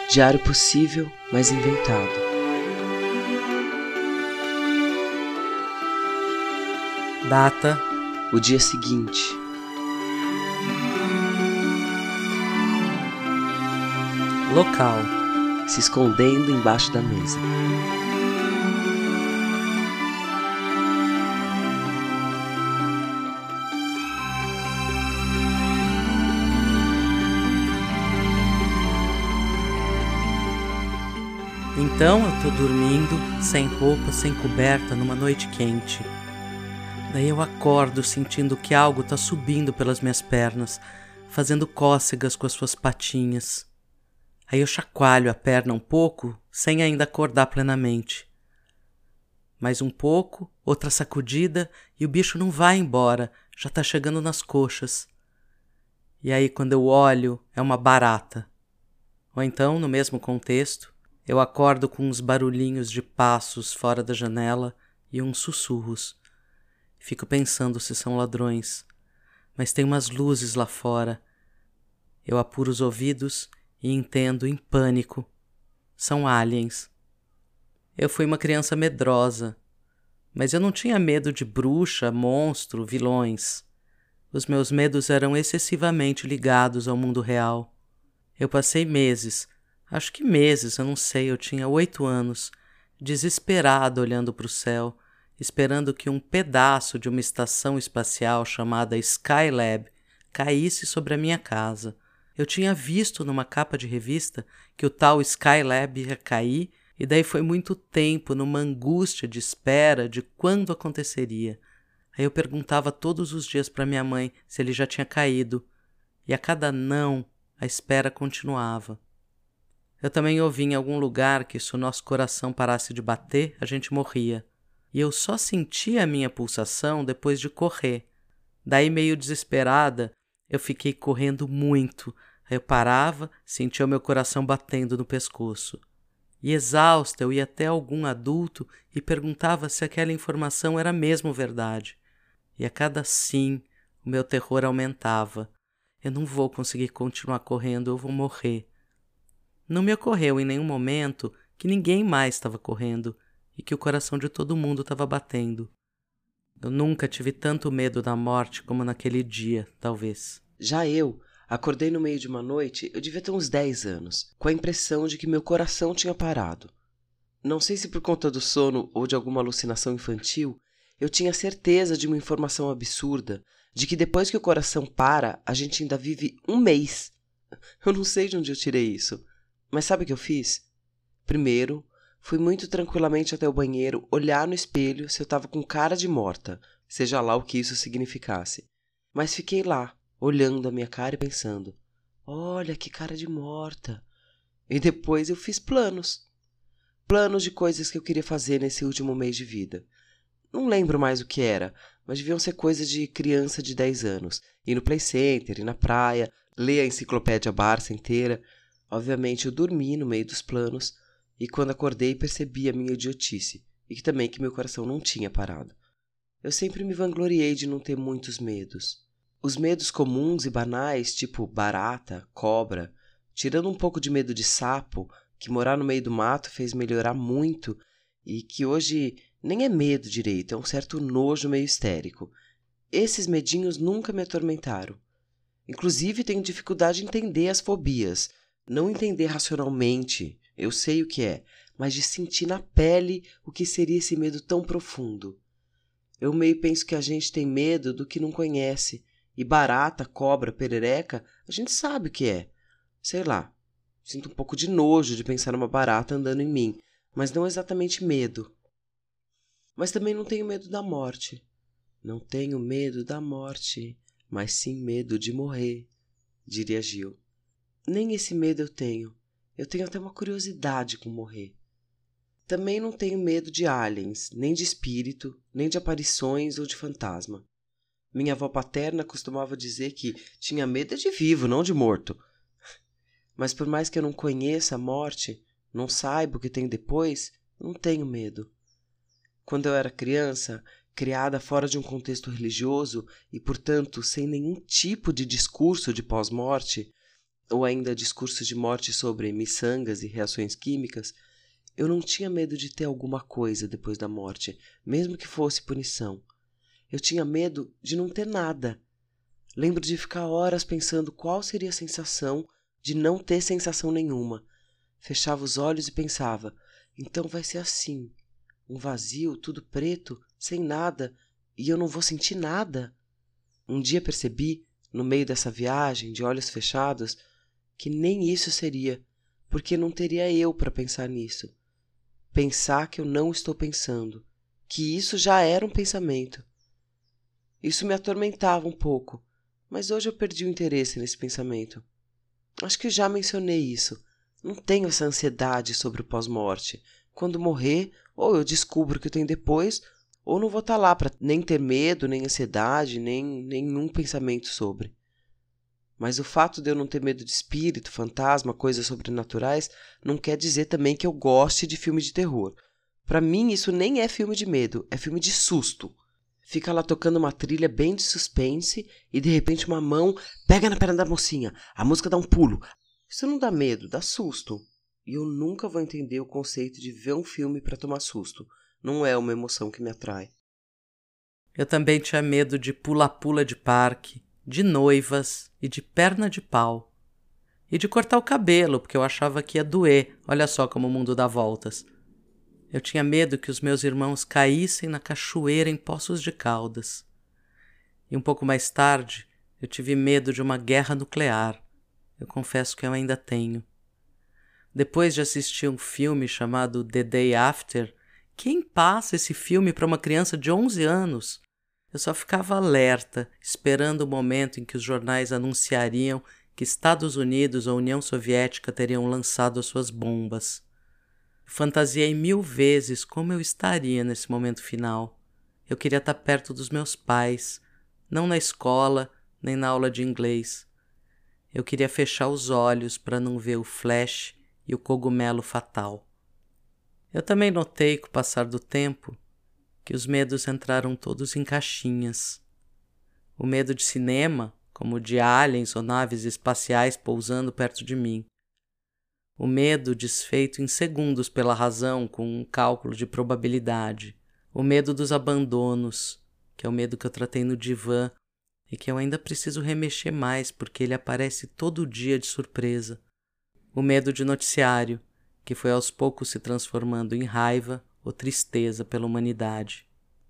Diário possível, mas inventado. Data: o dia seguinte. Local: Se escondendo embaixo da mesa. Então eu tô dormindo, sem roupa, sem coberta, numa noite quente. Daí eu acordo sentindo que algo tá subindo pelas minhas pernas, fazendo cócegas com as suas patinhas. Aí eu chacoalho a perna um pouco, sem ainda acordar plenamente. Mais um pouco, outra sacudida, e o bicho não vai embora, já tá chegando nas coxas. E aí quando eu olho, é uma barata. Ou então, no mesmo contexto, eu acordo com uns barulhinhos de passos fora da janela e uns sussurros. Fico pensando se são ladrões, mas tem umas luzes lá fora. Eu apuro os ouvidos e entendo em pânico. São aliens. Eu fui uma criança medrosa, mas eu não tinha medo de bruxa, monstro, vilões. Os meus medos eram excessivamente ligados ao mundo real. Eu passei meses, acho que meses, eu não sei, eu tinha 8 anos, desesperado olhando para o céu, esperando que um pedaço de uma estação espacial chamada Skylab caísse sobre a minha casa. Eu tinha visto numa capa de revista que o tal Skylab ia cair, e daí foi muito tempo numa angústia de espera de quando aconteceria. Aí eu perguntava todos os dias para minha mãe se ele já tinha caído, e a cada não, a espera continuava. Eu também ouvi em algum lugar que se o nosso coração parasse de bater, a gente morria. E eu só sentia a minha pulsação depois de correr. Daí, meio desesperada, eu fiquei correndo muito. Aí eu parava, sentia o meu coração batendo no pescoço. E exausta, eu ia até algum adulto e perguntava se aquela informação era mesmo verdade. E a cada sim, o meu terror aumentava. Eu não vou conseguir continuar correndo, eu vou morrer. Não me ocorreu em nenhum momento que ninguém mais estava correndo e que o coração de todo mundo estava batendo. Eu nunca tive tanto medo da morte como naquele dia, talvez. Já eu acordei no meio de uma noite, eu devia ter uns 10 anos, com a impressão de que meu coração tinha parado. Não sei se por conta do sono ou de alguma alucinação infantil, eu tinha certeza de uma informação absurda, de que depois que o coração para, a gente ainda vive um mês. Eu não sei de onde eu tirei isso, mas sabe o que eu fiz? Primeiro, fui muito tranquilamente até o banheiro olhar no espelho se eu estava com cara de morta, seja lá o que isso significasse. Mas fiquei lá, olhando a minha cara e pensando, olha que cara de morta. E depois eu fiz planos. Planos de coisas que eu queria fazer nesse último mês de vida. Não lembro mais o que era, mas deviam ser coisas de criança de 10 anos. Ir no Play Center, ir na praia, ler a enciclopédia Barça inteira. Obviamente eu dormi no meio dos planos e quando acordei percebi a minha idiotice e que meu coração não tinha parado. Eu sempre me vangloriei de não ter muitos medos. Os medos comuns e banais, tipo barata, cobra, tirando um pouco de medo de sapo, que morar no meio do mato fez melhorar muito e que hoje nem é medo direito, é um certo nojo meio histérico. Esses medinhos nunca me atormentaram. Inclusive tenho dificuldade em entender as fobias. Não entender racionalmente, eu sei o que é, mas de sentir na pele o que seria esse medo tão profundo. Eu meio penso que a gente tem medo do que não conhece, e barata, cobra, perereca, a gente sabe o que é. Sei lá, sinto um pouco de nojo de pensar numa barata andando em mim, mas não exatamente medo. Mas também não tenho medo da morte. Não tenho medo da morte, mas sim medo de morrer, diria Gil. Nem esse medo eu tenho até uma curiosidade com morrer. Também não tenho medo de aliens, nem de espírito, nem de aparições ou de fantasma. Minha avó paterna costumava dizer que tinha medo de vivo, não de morto. Mas por mais que eu não conheça a morte, não saiba o que tem depois, não tenho medo. Quando eu era criança, criada fora de um contexto religioso e, portanto, sem nenhum tipo de discurso de pós-morte, ou ainda discursos de morte sobre miçangas e reações químicas, eu não tinha medo de ter alguma coisa depois da morte, mesmo que fosse punição. Eu tinha medo de não ter nada. Lembro de ficar horas pensando qual seria a sensação de não ter sensação nenhuma. Fechava os olhos e pensava, então vai ser assim, um vazio, tudo preto, sem nada, e eu não vou sentir nada. Um dia percebi, no meio dessa viagem, de olhos fechados, que nem isso seria, porque não teria eu para pensar nisso. Pensar que eu não estou pensando, que isso já era um pensamento. Isso me atormentava um pouco, mas hoje eu perdi o interesse nesse pensamento. Acho que já mencionei isso. Não tenho essa ansiedade sobre o pós-morte. Quando morrer, ou eu descubro o que eu tenho depois, ou não vou estar lá para nem ter medo, nem ansiedade, nem nenhum pensamento sobre. Mas o fato de eu não ter medo de espírito, fantasma, coisas sobrenaturais, não quer dizer também que eu goste de filme de terror. Para mim, isso nem é filme de medo, é filme de susto. Fica lá tocando uma trilha bem de suspense e de repente uma mão pega na perna da mocinha, a música dá um pulo. Isso não dá medo, dá susto. E eu nunca vou entender o conceito de ver um filme para tomar susto. Não é uma emoção que me atrai. Eu também tinha medo de pula-pula de parque, de noivas e de perna de pau. E de cortar o cabelo, porque eu achava que ia doer. Olha só como o mundo dá voltas. Eu tinha medo que os meus irmãos caíssem na cachoeira em Poços de Caldas. E um pouco mais tarde, eu tive medo de uma guerra nuclear. Eu confesso que eu ainda tenho. Depois de assistir um filme chamado The Day After, quem passa esse filme para uma criança de 11 anos? Eu só ficava alerta, esperando o momento em que os jornais anunciariam que Estados Unidos ou União Soviética teriam lançado as suas bombas. Fantasiei 1000 vezes como eu estaria nesse momento final. Eu queria estar perto dos meus pais, não na escola, nem na aula de inglês. Eu queria fechar os olhos para não ver o flash e o cogumelo fatal. Eu também notei, com o passar do tempo, que os medos entraram todos em caixinhas. O medo de cinema, como o de aliens ou naves espaciais pousando perto de mim. O medo desfeito em segundos pela razão com um cálculo de probabilidade. O medo dos abandonos, que é o medo que eu tratei no divã e que eu ainda preciso remexer mais porque ele aparece todo dia de surpresa. O medo de noticiário, que foi aos poucos se transformando em raiva ou tristeza pela humanidade.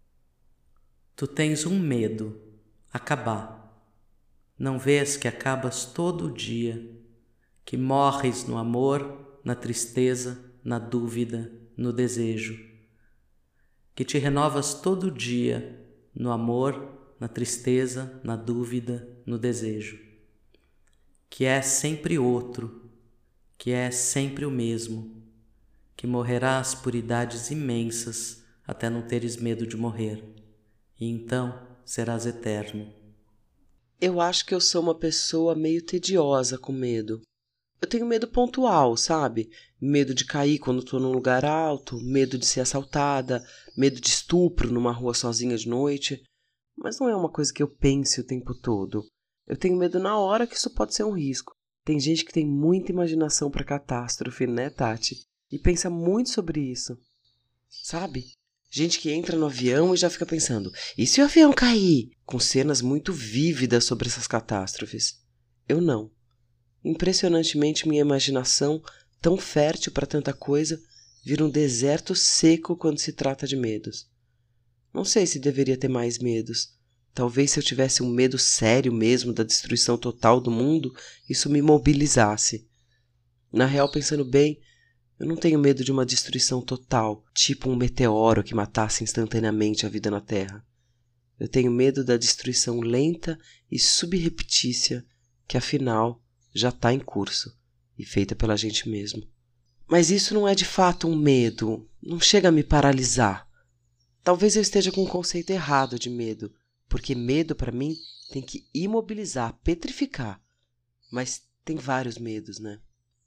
Tu tens um medo, acabar. Não vês que acabas todo dia, que morres no amor, na tristeza, na dúvida, no desejo, que te renovas todo dia no amor, na tristeza, na dúvida, no desejo, que é sempre outro, que é sempre o mesmo, que morrerás por idades imensas até não teres medo de morrer, e então serás eterno. Eu acho que eu sou uma pessoa meio tediosa com medo. Eu tenho medo pontual, sabe? Medo de cair quando estou num lugar alto, medo de ser assaltada, medo de estupro numa rua sozinha de noite. Mas não é uma coisa que eu pense o tempo todo. Eu tenho medo na hora que isso pode ser um risco. Tem gente que tem muita imaginação para catástrofe, né, Tati? E pensa muito sobre isso. Sabe? Gente que entra no avião e já fica pensando, e se o avião cair? Com cenas muito vívidas sobre essas catástrofes. Eu não. Impressionantemente, minha imaginação, tão fértil para tanta coisa, vira um deserto seco quando se trata de medos. Não sei se deveria ter mais medos. Talvez se eu tivesse um medo sério mesmo da destruição total do mundo, isso me mobilizasse. Na real, pensando bem, eu não tenho medo de uma destruição total, tipo um meteoro que matasse instantaneamente a vida na Terra. Eu tenho medo da destruição lenta e subreptícia que, afinal, já está em curso e feita pela gente mesmo. Mas isso não é de fato um medo, não chega a me paralisar. Talvez eu esteja com um conceito errado de medo, porque medo para mim tem que imobilizar, petrificar. Mas tem vários medos, né?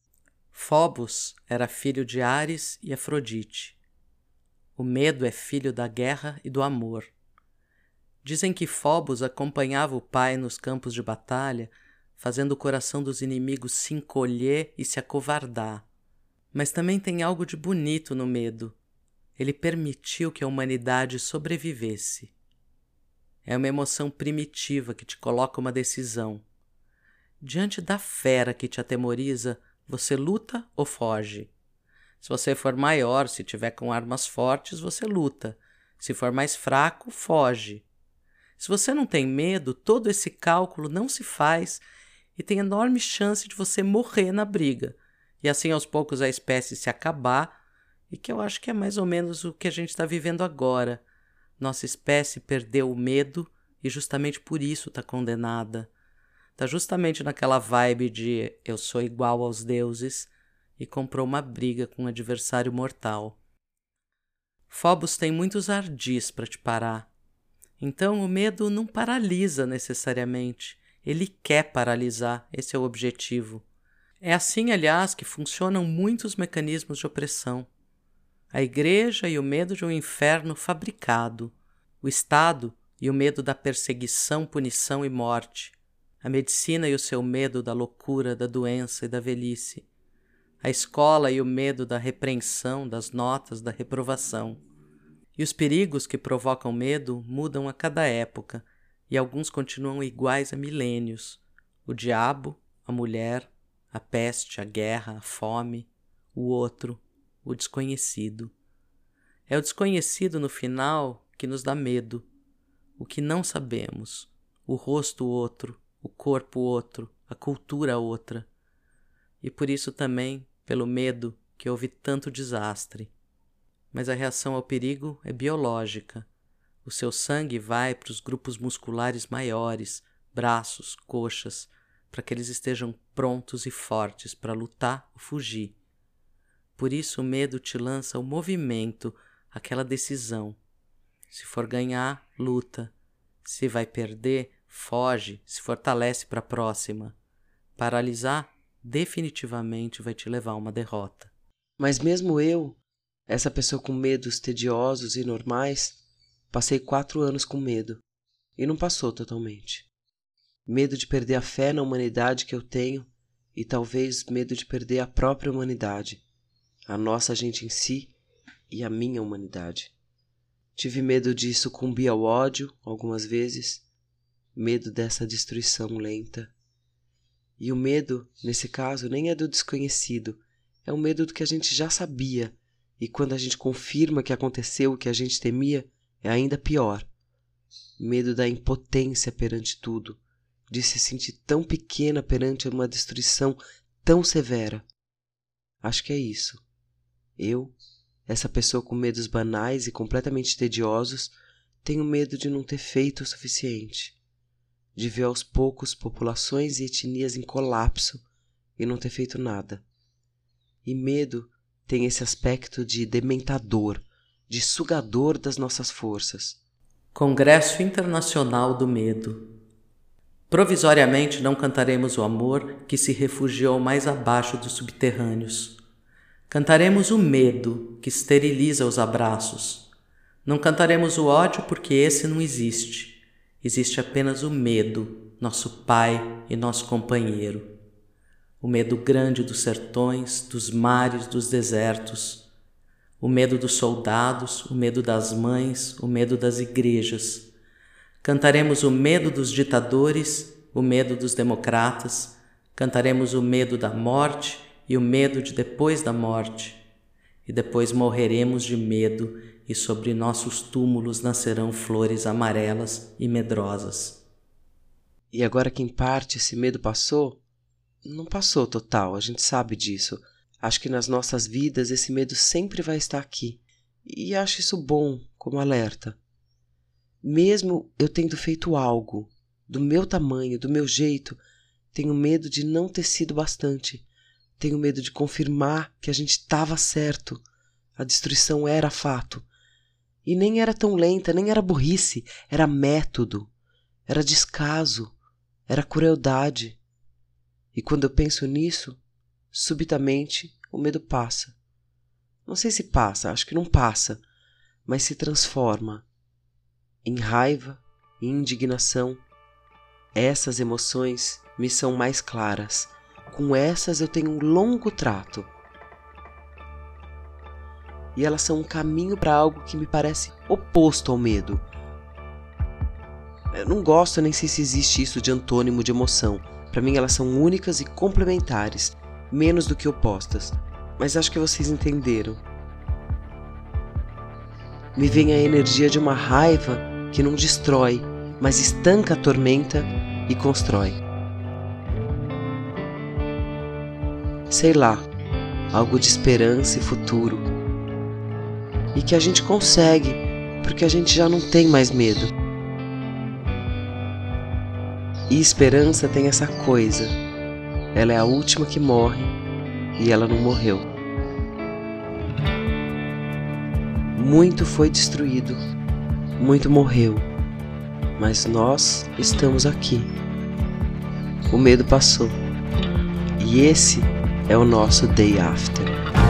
Phobos era filho de Ares e Afrodite. O medo é filho da guerra e do amor. Dizem que Phobos acompanhava o pai nos campos de batalha, fazendo o coração dos inimigos se encolher e se acovardar. Mas também tem algo de bonito no medo. Ele permitiu que a humanidade sobrevivesse. É uma emoção primitiva que te coloca uma decisão. Diante da fera que te atemoriza, você luta ou foge? Se você for maior, se tiver com armas fortes, você luta. Se for mais fraco, foge. Se você não tem medo, todo esse cálculo não se faz e tem enorme chance de você morrer na briga. E assim aos poucos a espécie se acabar, e que eu acho que é mais ou menos o que a gente está vivendo agora. Nossa espécie perdeu o medo e justamente por isso está condenada. Está justamente naquela vibe de eu sou igual aos deuses e comprou uma briga com um adversário mortal. Phobos tem muitos ardis para te parar. Então o medo não paralisa necessariamente. Ele quer paralisar, esse é o objetivo. É assim, aliás, que funcionam muitos mecanismos de opressão. A igreja e o medo de um inferno fabricado. O Estado e o medo da perseguição, punição e morte. A medicina e o seu medo da loucura, da doença e da velhice. A escola e o medo da repreensão, das notas, da reprovação. E os perigos que provocam medo mudam a cada época, e alguns continuam iguais há milênios. O diabo, a mulher, a peste, a guerra, a fome, o outro, o desconhecido. É o desconhecido no final que nos dá medo. O que não sabemos, o rosto outro, o corpo outro, a cultura outra. E por isso também, pelo medo, que houve tanto desastre. Mas a reação ao perigo é biológica. O seu sangue vai para os grupos musculares maiores, braços, coxas, para que eles estejam prontos e fortes para lutar ou fugir. Por isso o medo te lança o movimento, aquela decisão. Se for ganhar, luta. Se vai perder, foge, se fortalece para a próxima. Paralisar definitivamente vai te levar a uma derrota. Mas mesmo eu, essa pessoa com medos tediosos e normais, passei 4 anos com medo e não passou totalmente. Medo de perder a fé na humanidade que eu tenho e talvez medo de perder a própria humanidade, a nossa gente em si e a minha humanidade. Tive medo de sucumbir ao ódio algumas vezes, medo dessa destruição lenta. E o medo, nesse caso, nem é do desconhecido, é o medo do que a gente já sabia, e quando a gente confirma que aconteceu o que a gente temia, é ainda pior. Medo da impotência perante tudo, de se sentir tão pequena perante uma destruição tão severa. Acho que é isso. Eu, essa pessoa com medos banais e completamente tediosos, tenho medo de não ter feito o suficiente, de ver aos poucos populações e etnias em colapso e não ter feito nada. E medo tem esse aspecto de dementador, de sugador das nossas forças. Congresso Internacional do Medo. Provisoriamente não cantaremos o amor que se refugiou mais abaixo dos subterrâneos. Cantaremos o medo que esteriliza os abraços. Não cantaremos o ódio porque esse não existe. Existe apenas o medo, nosso pai e nosso companheiro. O medo grande dos sertões, dos mares, dos desertos. O medo dos soldados, o medo das mães, o medo das igrejas. Cantaremos o medo dos ditadores, o medo dos democratas. Cantaremos o medo da morte e o medo de depois da morte. E depois morreremos de medo e sobre nossos túmulos nascerão flores amarelas e medrosas. E agora que em parte esse medo passou, não passou total, a gente sabe disso. Acho que nas nossas vidas esse medo sempre vai estar aqui. E acho isso bom, como alerta. Mesmo eu tendo feito algo, do meu tamanho, do meu jeito, tenho medo de não ter sido bastante. Tenho medo de confirmar que a gente estava certo. A destruição era fato. E nem era tão lenta, nem era burrice. Era método. Era descaso. Era crueldade. E quando eu penso nisso, subitamente o medo passa. Não sei se passa, acho que não passa, mas se transforma em raiva, em indignação, Essas emoções me são mais claras. Com essas eu tenho um longo trato. E elas são um caminho para algo que me parece oposto ao medo. Eu não gosto, nem sei se existe isso de antônimo de emoção. Para mim elas são únicas e complementares, menos do que opostas. Mas acho que vocês entenderam. Me vem a energia de uma raiva que não destrói, mas estanca a tormenta e constrói. Sei lá, algo de esperança e futuro. E que a gente consegue, porque a gente já não tem mais medo. E esperança tem essa coisa. Ela é a última que morre e ela não morreu. Muito foi destruído, muito morreu, mas nós estamos aqui. O medo passou. E esse é o nosso Day After.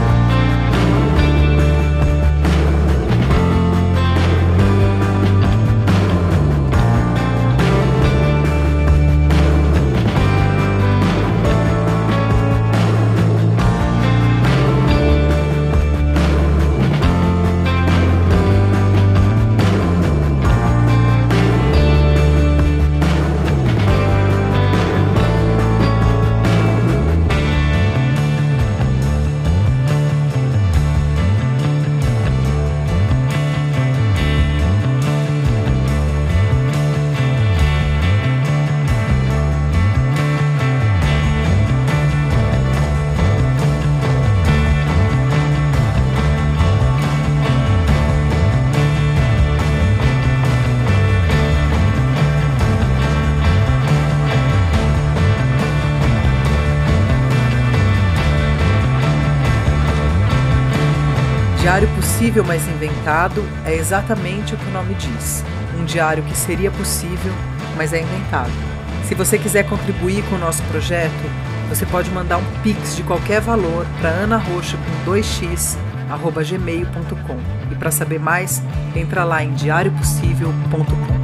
Diário possível, mas inventado é exatamente o que o nome diz. Um diário que seria possível, mas é inventado. Se você quiser contribuir com o nosso projeto, você pode mandar um pix de qualquer valor para anarocha.com2x@gmail.com. E para saber mais, entra lá em diariopossível.com.